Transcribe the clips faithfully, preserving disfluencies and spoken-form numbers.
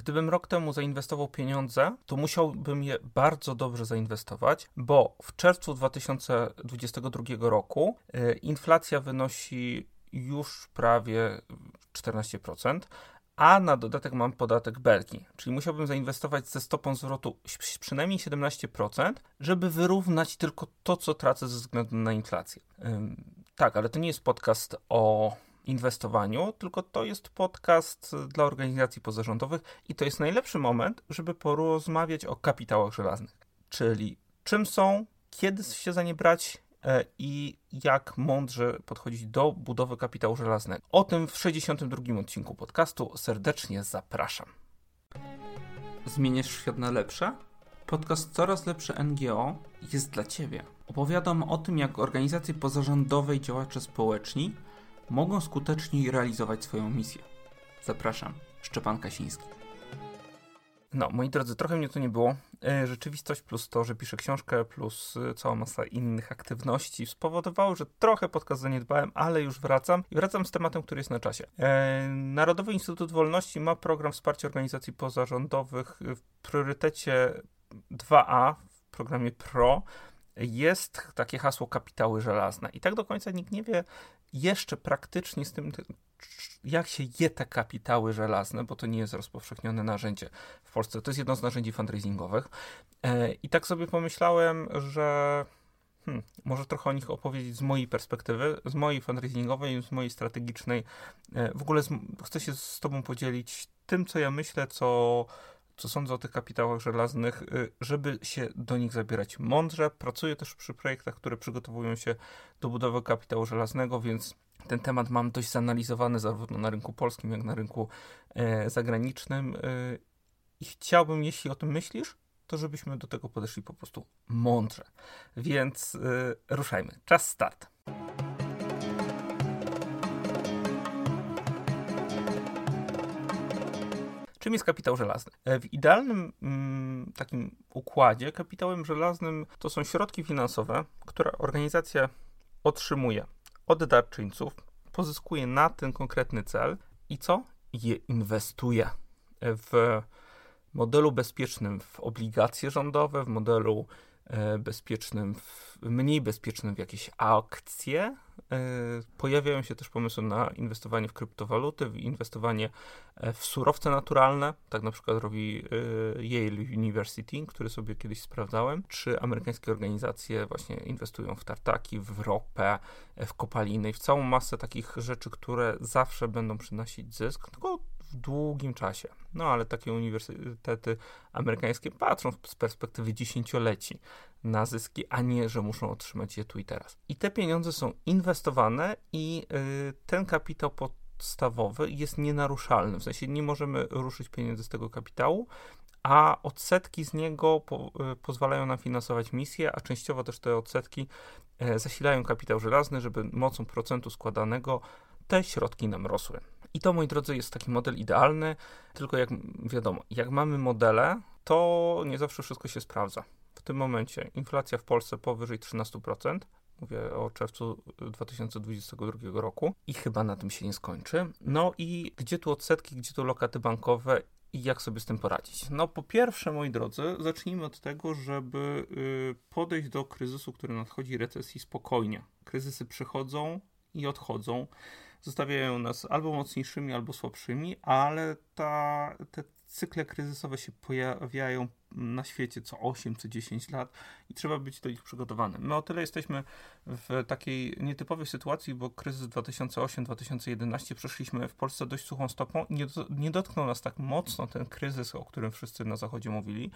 Gdybym rok temu zainwestował pieniądze, to musiałbym je bardzo dobrze zainwestować, bo w czerwcu dwa tysiące dwudziestego drugiego roku yy, inflacja wynosi już prawie czternaście procent, a na dodatek mam podatek Belki, czyli musiałbym zainwestować ze stopą zwrotu przynajmniej siedemnaście procent, żeby wyrównać tylko to, co tracę ze względu na inflację. Ym, tak, ale to nie jest podcast o inwestowaniu, tylko to jest podcast dla organizacji pozarządowych i to jest najlepszy moment, żeby porozmawiać o kapitałach żelaznych, czyli czym są, kiedy się za nie brać i jak mądrze podchodzić do budowy kapitału żelaznego. O tym w sześćdziesiątym drugim odcinku podcastu serdecznie zapraszam. Zmieniasz świat na lepsze? Podcast Coraz Lepsze N G O jest dla Ciebie. Opowiadam o tym, jak organizacje pozarządowe i działacze społeczni mogą skuteczniej realizować swoją misję. Zapraszam, Szczepan Kasiński. No, moi drodzy, trochę mnie to nie było. Rzeczywistość plus to, że piszę książkę, plus cała masa innych aktywności spowodowało, że trochę podcast zaniedbałem, ale już wracam. I wracam z tematem, który jest na czasie. Narodowy Instytut Wolności ma program wsparcia organizacji pozarządowych. W priorytecie dwa A, w programie PRO, jest takie hasło kapitały żelazne. I tak do końca nikt nie wie jeszcze praktycznie z tym, jak się je te kapitały żelazne, bo to nie jest rozpowszechnione narzędzie w Polsce. To jest jedno z narzędzi fundraisingowych. I tak sobie pomyślałem, że hmm, może trochę o nich opowiedzieć z mojej perspektywy, z mojej fundraisingowej, z mojej strategicznej. W ogóle z, chcę się z Tobą podzielić tym, co ja myślę, co co sądzę o tych kapitałach żelaznych, żeby się do nich zabierać mądrze. Pracuję też przy projektach, które przygotowują się do budowy kapitału żelaznego, więc ten temat mam dość zanalizowany zarówno na rynku polskim, jak na rynku e, zagranicznym e, i chciałbym, jeśli o tym myślisz, to żebyśmy do tego podeszli po prostu mądrze. Więc e, ruszajmy. Czas start. Czym jest kapitał żelazny? W idealnym mm, takim układzie kapitałem żelaznym to są środki finansowe, które organizacja otrzymuje od darczyńców, pozyskuje na ten konkretny cel i co? Je inwestuje w modelu bezpiecznym w obligacje rządowe, w modelu e, bezpiecznym, w, mniej bezpiecznym w jakieś akcje. E, pojawiają się też pomysły na inwestowanie w kryptowaluty, w inwestowanie w surowce naturalne. Tak na przykład robi e, Yale University, który sobie kiedyś sprawdzałem. Czy amerykańskie organizacje właśnie inwestują w tartaki, w ropę, w kopaliny i w całą masę takich rzeczy, które zawsze będą przynosić zysk, tylko w długim czasie. No ale takie uniwersytety amerykańskie patrzą z perspektywy dziesięcioleci na zyski, a nie, że muszą otrzymać je tu i teraz. I te pieniądze są inwestowane i y, ten kapitał podstawowy jest nienaruszalny. W sensie nie możemy ruszyć pieniędzy z tego kapitału, a odsetki z niego po, y, pozwalają nam finansować misję, a częściowo też te odsetki y, zasilają kapitał żelazny, żeby mocą procentu składanego te środki nam rosły. I to, moi drodzy, jest taki model idealny, tylko jak wiadomo, jak mamy modele, to nie zawsze wszystko się sprawdza. W tym momencie inflacja w Polsce powyżej trzynaście procent, mówię o czerwcu dwa tysiące dwudziestego drugiego roku i chyba na tym się nie skończy. No i gdzie tu odsetki, gdzie tu lokaty bankowe i jak sobie z tym poradzić? No po pierwsze, moi drodzy, zacznijmy od tego, żeby podejść do kryzysu, który nadchodzi, recesji spokojnie. Kryzysy przychodzą i odchodzą. Zostawiają nas albo mocniejszymi, albo słabszymi, ale ta, te cykle kryzysowe się pojawiają na świecie co osiem, co dziesięć lat i trzeba być do nich przygotowanym. My o tyle jesteśmy w takiej nietypowej sytuacji, bo kryzys dwa tysiące osiem dwa tysiące jedenaście przeszliśmy w Polsce dość suchą stopą i nie, nie dotknął nas tak mocno ten kryzys, o którym wszyscy na Zachodzie mówili.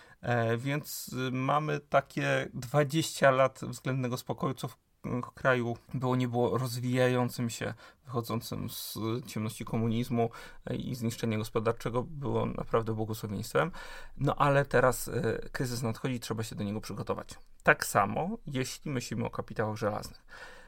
E, więc mamy takie dwadzieścia lat względnego spokoju, co w kraju było nie było rozwijającym się, wychodzącym z ciemności komunizmu i zniszczenia gospodarczego, było naprawdę błogosławieństwem. No ale teraz y, kryzys nadchodzi, trzeba się do niego przygotować. Tak samo, jeśli myślimy o kapitałach żelaznych.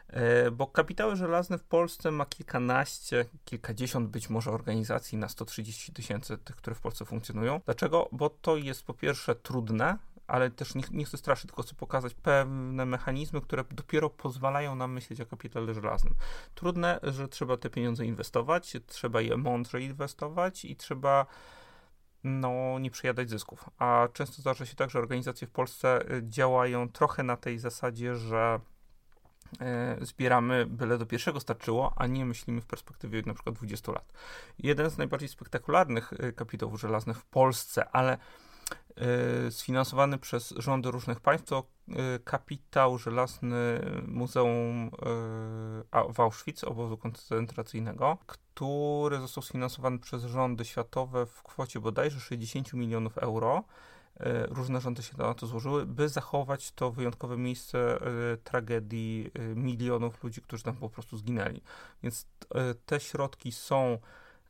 Y, bo kapitały żelazne w Polsce ma kilkanaście, kilkadziesiąt być może organizacji na sto trzydzieści tysięcy tych, które w Polsce funkcjonują. Dlaczego? Bo to jest po pierwsze trudne, ale też nie, nie chcę straszyć, tylko chcę pokazać pewne mechanizmy, które dopiero pozwalają nam myśleć o kapitale żelaznym. Trudne, że trzeba te pieniądze inwestować, trzeba je mądrze inwestować i trzeba no, nie przejadać zysków. A często zdarza się tak, że organizacje w Polsce działają trochę na tej zasadzie, że zbieramy byle do pierwszego starczyło, a nie myślimy w perspektywie na przykład dwudziestu lat. Jeden z najbardziej spektakularnych kapitałów żelaznych w Polsce, ale sfinansowany przez rządy różnych państw, to kapitał żelazny Muzeum w Auschwitz, obozu koncentracyjnego, który został sfinansowany przez rządy światowe w kwocie bodajże sześćdziesiąt milionów euro. Różne rządy się na to złożyły, by zachować to wyjątkowe miejsce tragedii milionów ludzi, którzy tam po prostu zginęli. Więc te środki są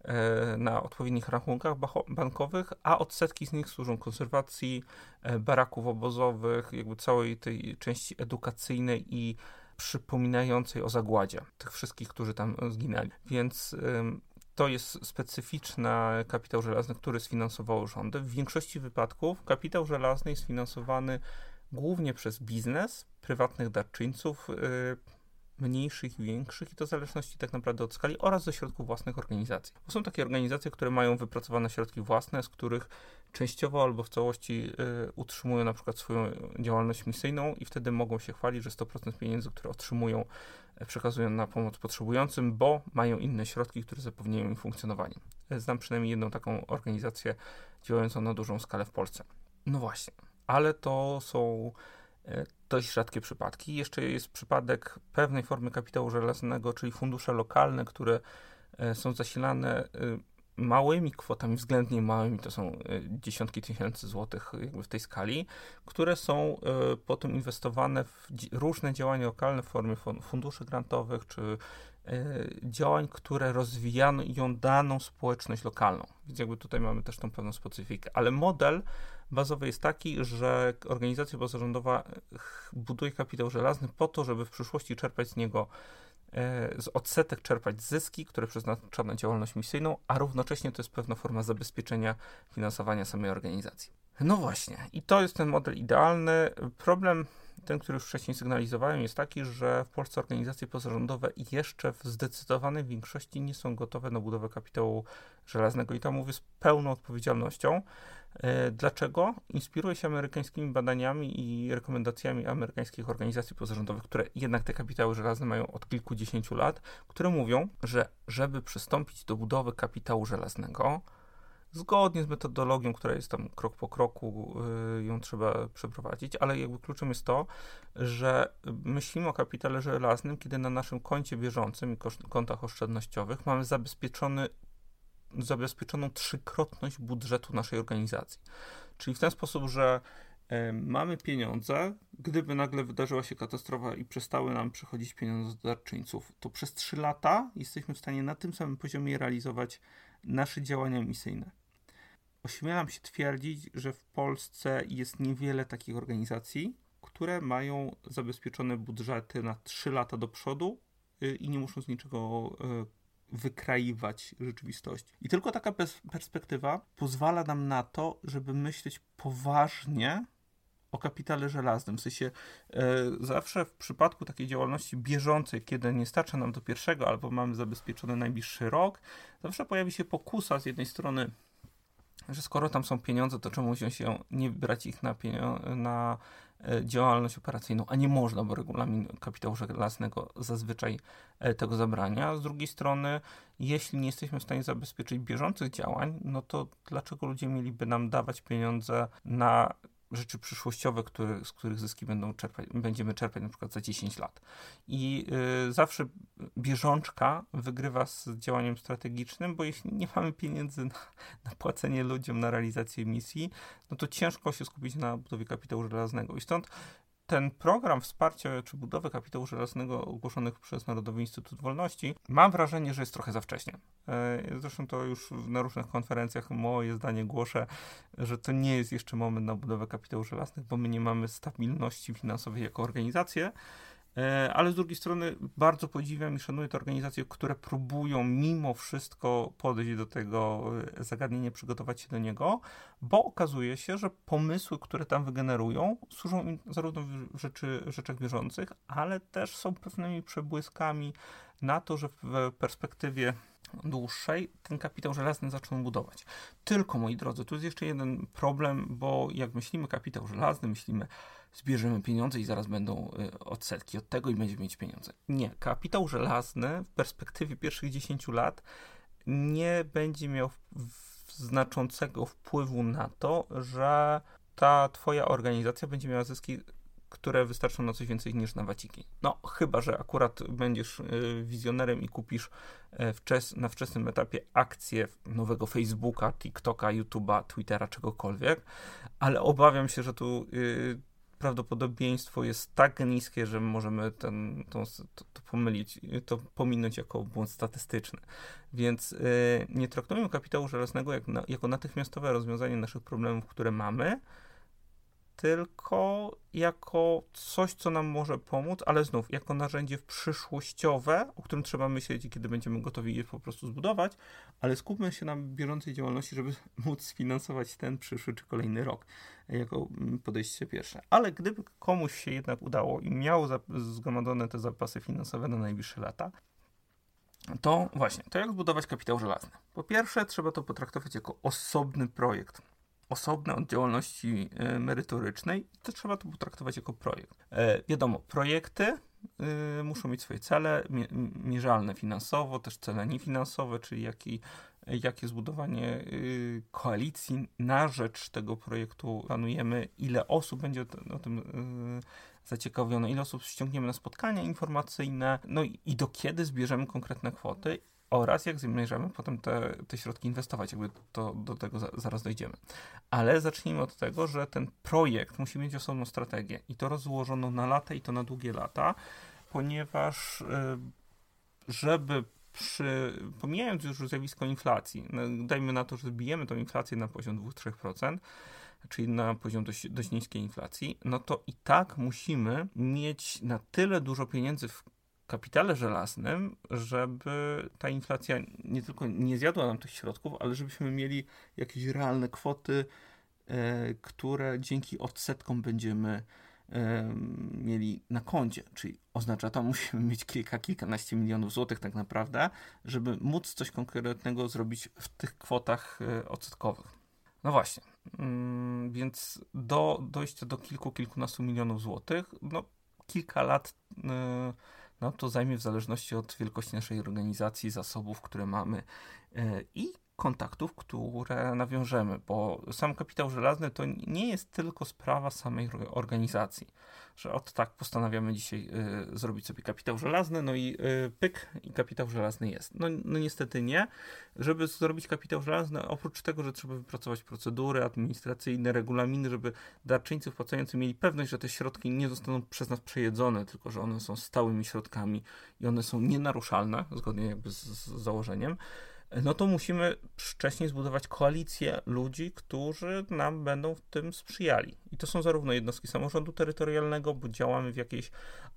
na odpowiednich rachunkach bankowych, a odsetki z nich służą konserwacji baraków obozowych, jakby całej tej części edukacyjnej i przypominającej o zagładzie tych wszystkich, którzy tam zginęli. Więc to jest specyficzny kapitał żelazny, który sfinansowały rządy. W większości wypadków kapitał żelazny jest finansowany głównie przez biznes, prywatnych darczyńców, mniejszych i większych, i to w zależności tak naprawdę od skali oraz ze środków własnych organizacji. Bo są takie organizacje, które mają wypracowane środki własne, z których częściowo albo w całości y, utrzymują na przykład swoją działalność misyjną i wtedy mogą się chwalić, że sto procent pieniędzy, które otrzymują, przekazują na pomoc potrzebującym, bo mają inne środki, które zapewniają im funkcjonowanie. Znam przynajmniej jedną taką organizację działającą na dużą skalę w Polsce. No właśnie, ale to są dość rzadkie przypadki. Jeszcze jest przypadek pewnej formy kapitału żelaznego, czyli fundusze lokalne, które są zasilane małymi kwotami, względnie małymi, to są dziesiątki tysięcy złotych jakby w tej skali, które są potem inwestowane w różne działania lokalne w formie funduszy grantowych, czy działań, które rozwijają daną społeczność lokalną. Więc jakby tutaj mamy też tą pewną specyfikę. Ale model bazowy jest taki, że organizacja pozarządowa buduje kapitał żelazny po to, żeby w przyszłości czerpać z niego, z odsetek czerpać zyski, które przeznacza na działalność misyjną, a równocześnie to jest pewna forma zabezpieczenia finansowania samej organizacji. No właśnie, i to jest ten model idealny. Problem, ten, który już wcześniej sygnalizowałem, jest taki, że w Polsce organizacje pozarządowe jeszcze w zdecydowanej większości nie są gotowe na budowę kapitału żelaznego i to mówię z pełną odpowiedzialnością. Dlaczego? Inspiruję się amerykańskimi badaniami i rekomendacjami amerykańskich organizacji pozarządowych, które jednak te kapitały żelazne mają od kilkudziesięciu lat, które mówią, że żeby przystąpić do budowy kapitału żelaznego, zgodnie z metodologią, która jest tam krok po kroku, yy, ją trzeba przeprowadzić, ale jakby kluczem jest to, że myślimy o kapitale żelaznym, kiedy na naszym koncie bieżącym i kontach oszczędnościowych mamy zabezpieczony zabezpieczoną trzykrotność budżetu naszej organizacji. Czyli w ten sposób, że y, mamy pieniądze, gdyby nagle wydarzyła się katastrofa i przestały nam przychodzić pieniądze z darczyńców, to przez trzy lata jesteśmy w stanie na tym samym poziomie realizować nasze działania misyjne. Ośmielam się twierdzić, że w Polsce jest niewiele takich organizacji, które mają zabezpieczone budżety na trzy lata do przodu y, i nie muszą z niczego y, wykraiwać rzeczywistości. I tylko taka perspektywa pozwala nam na to, żeby myśleć poważnie o kapitale żelaznym. W sensie e, zawsze w przypadku takiej działalności bieżącej, kiedy nie starcza nam do pierwszego albo mamy zabezpieczony najbliższy rok, zawsze pojawi się pokusa z jednej strony, że skoro tam są pieniądze, to czemu wziąć się nie brać ich na, pienio- na e, działalność operacyjną, a nie można, bo regulamin kapitału żelaznego zazwyczaj e, tego zabrania. Z drugiej strony, jeśli nie jesteśmy w stanie zabezpieczyć bieżących działań, no to dlaczego ludzie mieliby nam dawać pieniądze na rzeczy przyszłościowe, które, z których zyski będą czerpać, będziemy czerpać na przykład za dziesięć lat. I y, zawsze bieżączka wygrywa z działaniem strategicznym, bo jeśli nie mamy pieniędzy na, na płacenie ludziom, na realizację misji, no to ciężko się skupić na budowie kapitału żelaznego. I stąd ten program wsparcia czy budowy kapitału żelaznego ogłoszonych przez Narodowy Instytut Wolności, mam wrażenie, że jest trochę za wcześnie. Zresztą to już na różnych konferencjach moje zdanie głoszę, że to nie jest jeszcze moment na budowę kapitału żelaznych, bo my nie mamy stabilności finansowej jako organizacje, ale z drugiej strony bardzo podziwiam i szanuję te organizacje, które próbują mimo wszystko podejść do tego zagadnienia, przygotować się do niego, bo okazuje się, że pomysły, które tam wygenerują, służą im zarówno w rzeczy, rzeczach bieżących, ale też są pewnymi przebłyskami na to, że w perspektywie dłuższej ten kapitał żelazny zaczną budować. Tylko, moi drodzy, tu jest jeszcze jeden problem, bo jak myślimy kapitał żelazny, myślimy, zbierzemy pieniądze i zaraz będą y, odsetki od tego i będziemy mieć pieniądze. Nie, kapitał żelazny w perspektywie pierwszych dziesięciu lat nie będzie miał w, w znaczącego wpływu na to, że ta twoja organizacja będzie miała zyski, które wystarczą na coś więcej niż na waciki. No, chyba że akurat będziesz y, wizjonerem i kupisz y, wczes, na wczesnym etapie akcje nowego Facebooka, TikToka, YouTube'a, Twittera, czegokolwiek, ale obawiam się, że tu y, prawdopodobieństwo jest tak niskie, że możemy ten, to, to, to pomylić, to pominąć jako błąd statystyczny. Więc y, nie traktujemy kapitału żelaznego jak na, jako natychmiastowe rozwiązanie naszych problemów, które mamy, tylko jako coś, co nam może pomóc, ale znów jako narzędzie przyszłościowe, o którym trzeba myśleć i kiedy będziemy gotowi je po prostu zbudować, ale skupmy się na bieżącej działalności, żeby móc sfinansować ten przyszły czy kolejny rok jako podejście pierwsze. Ale gdyby komuś się jednak udało i miał zgromadzone te zapasy finansowe na najbliższe lata, to właśnie, to jak zbudować kapitał żelazny? Po pierwsze, trzeba to potraktować jako osobny projekt. Osobne od działalności y, merytorycznej, to trzeba to potraktować jako projekt. E, wiadomo, projekty y, muszą mieć swoje cele, mi, mierzalne finansowo, też cele niefinansowe, czyli jaki, jakie zbudowanie y, koalicji na rzecz tego projektu planujemy, ile osób będzie o, o tym y, zaciekawione, ile osób ściągniemy na spotkania informacyjne, no i, i do kiedy zbierzemy konkretne kwoty, oraz jak zamierzamy potem te, te środki inwestować, jakby to, do tego za, zaraz dojdziemy. Ale zacznijmy od tego, że ten projekt musi mieć osobną strategię i to rozłożoną na lata i to na długie lata, ponieważ żeby przy, pomijając już zjawisko inflacji, no, dajmy na to, że zbijemy tą inflację na poziom dwa do trzech procent, czyli na poziom dość, dość niskiej inflacji, no to i tak musimy mieć na tyle dużo pieniędzy w kapitale żelaznym, żeby ta inflacja nie tylko nie zjadła nam tych środków, ale żebyśmy mieli jakieś realne kwoty, e, które dzięki odsetkom będziemy e, mieli na koncie. Czyli oznacza to, musimy mieć kilka, kilkanaście milionów złotych tak naprawdę, żeby móc coś konkretnego zrobić w tych kwotach e, odsetkowych. No właśnie, mm, więc do dojścia do kilku, kilkunastu milionów złotych, no kilka lat e, no to zajmie w zależności od wielkości naszej organizacji, zasobów, które mamy yy, i kontaktów, które nawiążemy, bo sam kapitał żelazny to nie jest tylko sprawa samej organizacji, że od tak postanawiamy dzisiaj yy, zrobić sobie kapitał żelazny, no i yy, pyk i kapitał żelazny jest. No, no niestety nie. Żeby zrobić kapitał żelazny, oprócz tego, że trzeba wypracować procedury administracyjne, regulaminy, żeby darczyńcy wpłacający mieli pewność, że te środki nie zostaną przez nas przejedzone, tylko że one są stałymi środkami i one są nienaruszalne, zgodnie jakby z, z założeniem, no to musimy wcześniej zbudować koalicję ludzi, którzy nam będą w tym sprzyjali. I to są zarówno jednostki samorządu terytorialnego, bo działamy w jakimś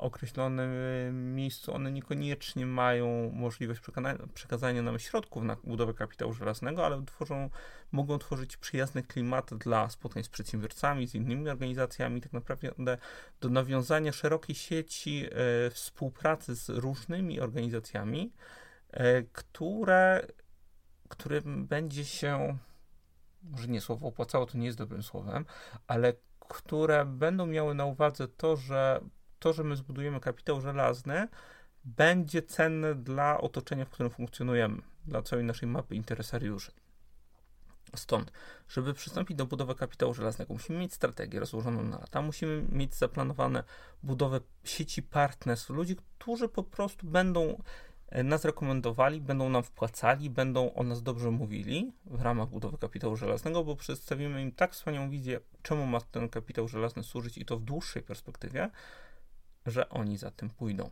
określonym miejscu, one niekoniecznie mają możliwość przekazania, przekazania nam środków na budowę kapitału żelaznego, ale tworzą, mogą tworzyć przyjazny klimat dla spotkań z przedsiębiorcami, z innymi organizacjami, tak naprawdę do nawiązania szerokiej sieci e, współpracy z różnymi organizacjami, e, które którym będzie się, może nie słowo opłacało, to nie jest dobrym słowem, ale które będą miały na uwadze to, że to, że my zbudujemy kapitał żelazny, będzie cenne dla otoczenia, w którym funkcjonujemy, dla całej naszej mapy interesariuszy. Stąd, żeby przystąpić do budowy kapitału żelaznego, musimy mieć strategię rozłożoną na lata, musimy mieć zaplanowane budowę sieci partnerstw, ludzi, którzy po prostu będą nas rekomendowali, będą nam wpłacali, będą o nas dobrze mówili w ramach budowy kapitału żelaznego, bo przedstawimy im tak wspaniałą wizję, czemu ma ten kapitał żelazny służyć i to w dłuższej perspektywie, że oni za tym pójdą.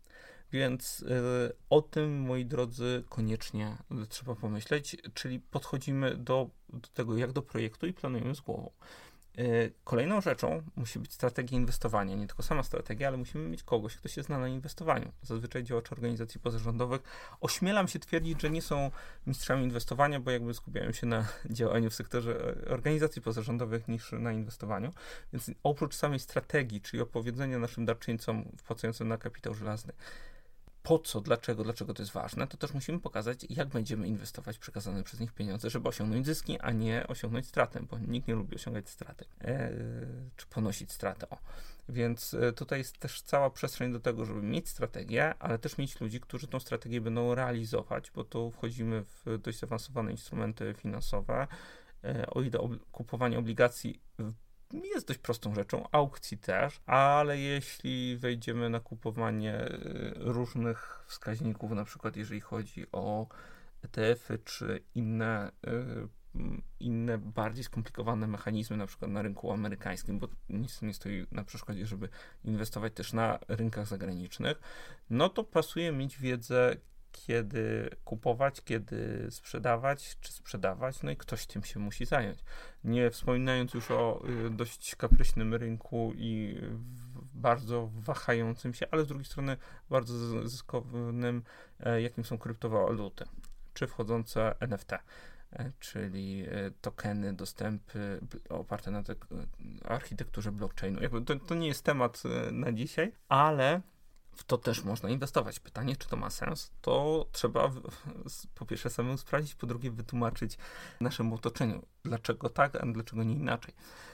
Więc yy, o tym, moi drodzy, koniecznie trzeba pomyśleć, czyli podchodzimy do, do tego jak do projektu i planujemy z głową. Kolejną rzeczą musi być strategia inwestowania. Nie tylko sama strategia, ale musimy mieć kogoś, kto się zna na inwestowaniu. Zazwyczaj działacze organizacji pozarządowych, ośmielam się twierdzić, że nie są mistrzami inwestowania, bo jakby skupiają się na działaniu w sektorze organizacji pozarządowych niż na inwestowaniu. Więc oprócz samej strategii, czyli opowiedzenia naszym darczyńcom wpłacającym na kapitał żelazny, po co, dlaczego, dlaczego to jest ważne, to też musimy pokazać, jak będziemy inwestować przekazane przez nich pieniądze, żeby osiągnąć zyski, a nie osiągnąć stratę, bo nikt nie lubi osiągać straty, e, czy ponosić stratę. O. Więc e, tutaj jest też cała przestrzeń do tego, żeby mieć strategię, ale też mieć ludzi, którzy tą strategię będą realizować, bo tu wchodzimy w dość zaawansowane instrumenty finansowe. E, o ile ob- kupowanie obligacji w jest dość prostą rzeczą, aukcji też, ale jeśli wejdziemy na kupowanie różnych wskaźników, na przykład jeżeli chodzi o E T F-y czy inne, inne bardziej skomplikowane mechanizmy, na przykład na rynku amerykańskim, bo nic nie stoi na przeszkodzie, żeby inwestować też na rynkach zagranicznych, no to pasuje mieć wiedzę, kiedy kupować, kiedy sprzedawać, czy sprzedawać, no i ktoś tym się musi zająć. Nie wspominając już o y, dość kapryśnym rynku i w, bardzo wahającym się, ale z drugiej strony bardzo zyskownym, e, jakim są kryptowaluty, czy wchodzące N F T, e, czyli e, tokeny, dostępy oparte na te, architekturze blockchainu. Jakby to, to nie jest temat e, na dzisiaj, ale w to też można inwestować. Pytanie, czy to ma sens, to trzeba w, po pierwsze samemu sprawdzić, po drugie wytłumaczyć naszemu otoczeniu, dlaczego tak, a dlaczego nie inaczej.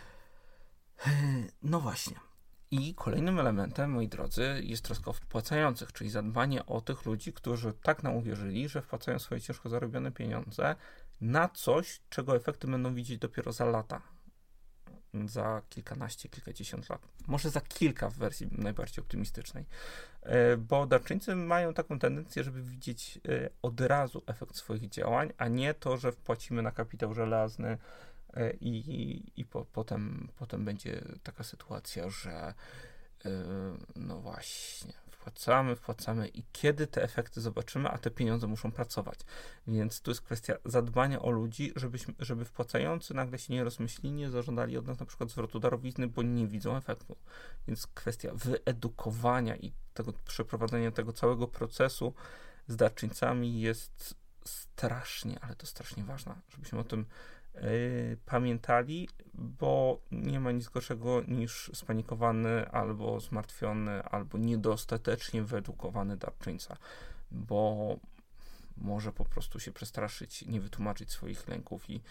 No właśnie. I kolejnym elementem, moi drodzy, jest troska o wpłacających, czyli zadbanie o tych ludzi, którzy tak nam uwierzyli, że wpłacają swoje ciężko zarobione pieniądze na coś, czego efekty będą widzieć dopiero za lata. Za kilkanaście, kilkadziesiąt lat. Może za kilka w wersji najbardziej optymistycznej. Bo darczyńcy mają taką tendencję, żeby widzieć od razu efekt swoich działań, a nie to, że wpłacimy na kapitał żelazny i, i, i po, potem, potem będzie taka sytuacja, że no właśnie, wpłacamy, wpłacamy i kiedy te efekty zobaczymy, a te pieniądze muszą pracować. Więc tu jest kwestia zadbania o ludzi, żebyśmy, żeby wpłacający nagle się nie rozmyślili, nie zażądali od nas na przykład zwrotu darowizny, bo nie widzą efektu. Więc kwestia wyedukowania i tego przeprowadzenia tego całego procesu z darczyńcami jest strasznie, ale to strasznie ważna, żebyśmy o tym Yy, pamiętali, bo nie ma nic gorszego niż spanikowany albo zmartwiony, albo niedostatecznie wyedukowany darczyńca, bo może po prostu się przestraszyć, nie wytłumaczyć swoich lęków i,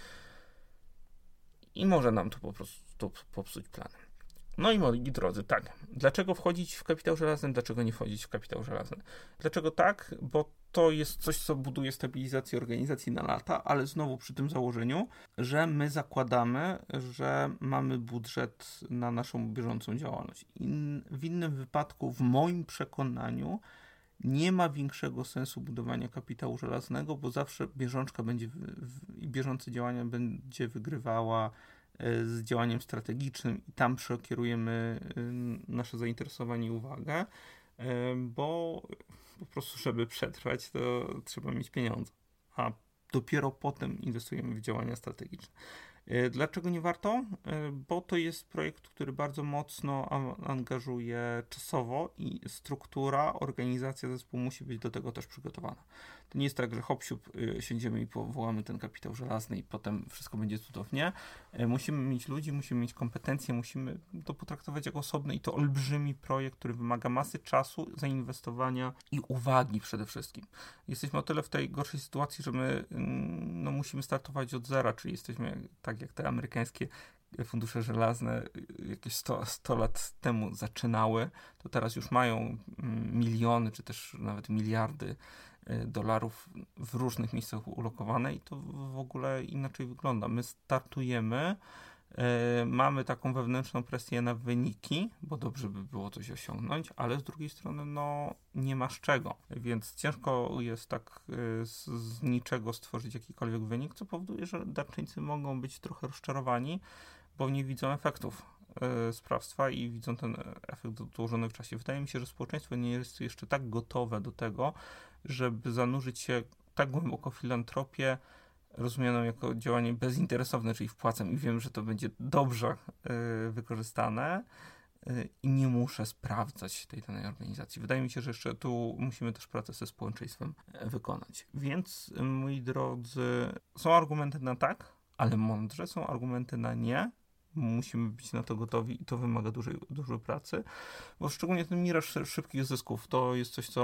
i może nam to po prostu popsuć plany. No i moi drodzy, tak, dlaczego wchodzić w kapitał żelazny, dlaczego nie wchodzić w kapitał żelazny? Dlaczego tak? Bo to jest coś, co buduje stabilizację organizacji na lata, ale znowu przy tym założeniu, że my zakładamy, że mamy budżet na naszą bieżącą działalność. In, w innym wypadku, w moim przekonaniu, nie ma większego sensu budowania kapitału żelaznego, bo zawsze bieżączka będzie w, w, i bieżące działania będzie wygrywała z działaniem strategicznym i tam przekierujemy nasze zainteresowanie i uwagę, bo po prostu, żeby przetrwać, to trzeba mieć pieniądze, a dopiero potem inwestujemy w działania strategiczne. Dlaczego nie warto? Bo to jest projekt, który bardzo mocno angażuje czasowo i struktura, organizacja zespołu musi być do tego też przygotowana. To nie jest tak, że hop siup, siędziemy i powołamy ten kapitał żelazny i potem wszystko będzie cudownie. Musimy mieć ludzi, musimy mieć kompetencje, musimy to potraktować jako osobny i to olbrzymi projekt, który wymaga masy czasu, zainwestowania i uwagi przede wszystkim. Jesteśmy o tyle w tej gorszej sytuacji, że my no, musimy startować od zera, czyli jesteśmy tak jak te amerykańskie fundusze żelazne jakieś sto, sto lat temu zaczynały, to teraz już mają miliony, czy też nawet miliardy dolarów w różnych miejscach ulokowane i to w ogóle inaczej wygląda. My startujemy, Yy, mamy taką wewnętrzną presję na wyniki, bo dobrze by było coś osiągnąć, ale z drugiej strony no nie masz czego, więc ciężko jest tak yy, z, z niczego stworzyć jakikolwiek wynik, co powoduje, że darczyńcy mogą być trochę rozczarowani, bo nie widzą efektów yy, sprawstwa i widzą ten efekt dłużony w czasie. Wydaje mi się, że społeczeństwo nie jest jeszcze tak gotowe do tego, żeby zanurzyć się tak głęboko w filantropię, rozumianą jako działanie bezinteresowne, czyli wpłacam i wiem, że to będzie dobrze y, wykorzystane y, i nie muszę sprawdzać tej danej organizacji. Wydaje mi się, że jeszcze tu musimy też pracę ze społeczeństwem wykonać. Więc, moi drodzy, są argumenty na tak, ale mądrze, są argumenty na nie. Musimy być na to gotowi i to wymaga dużej, dużej pracy, bo szczególnie ten miraż szybkich zysków to jest coś, co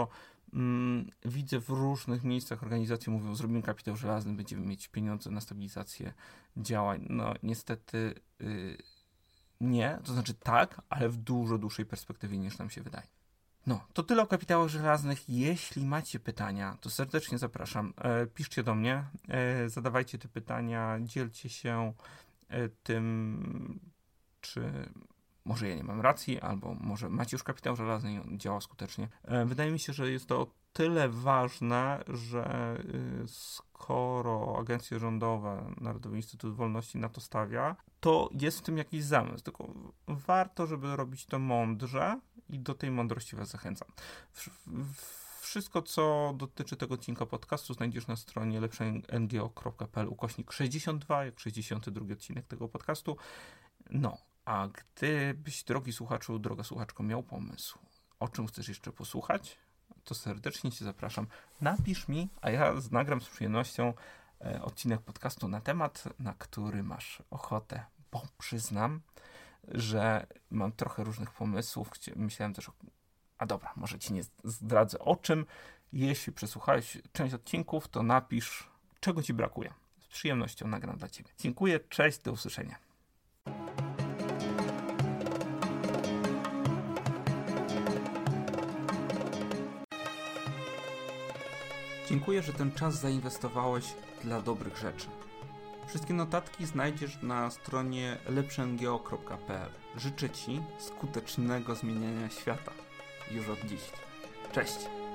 Mm, widzę w różnych miejscach organizacji mówią, zrobimy kapitał żelazny, będziemy mieć pieniądze na stabilizację działań. No niestety yy, nie, to znaczy tak, ale w dużo dłuższej perspektywie niż nam się wydaje. No, to tyle o kapitałach żelaznych. Jeśli macie pytania, to serdecznie zapraszam. E, piszcie do mnie, e, zadawajcie te pytania, dzielcie się e, tym, czy może ja nie mam racji, albo może macie już kapitał żelazny i on działa skutecznie. E, wydaje mi się, że jest to o tyle ważne, że y, skoro agencje rządowe, Narodowy Instytut Wolności na to stawia, to jest w tym jakiś zamysł. Tylko warto, żeby robić to mądrze i do tej mądrości was zachęcam. W, w, wszystko, co dotyczy tego odcinka podcastu, znajdziesz na stronie lepszego kropka p l ukośnik sześćdziesiąt dwa, jak sześćdziesiąty drugi odcinek tego podcastu. No, a gdybyś, drogi słuchaczu, droga słuchaczko, miał pomysł, o czym chcesz jeszcze posłuchać, to serdecznie cię zapraszam. Napisz mi, a ja nagram z przyjemnością e, odcinek podcastu na temat, na który masz ochotę, bo przyznam, że mam trochę różnych pomysłów. Myślałem też o... A dobra, może ci nie zdradzę o czym. Jeśli przesłuchałeś część odcinków, to napisz, czego ci brakuje. Z przyjemnością nagram dla ciebie. Dziękuję, cześć, do usłyszenia. Dziękuję, że ten czas zainwestowałeś dla dobrych rzeczy. Wszystkie notatki znajdziesz na stronie lepszego kropka p l. Życzę ci skutecznego zmieniania świata już od dziś. Cześć!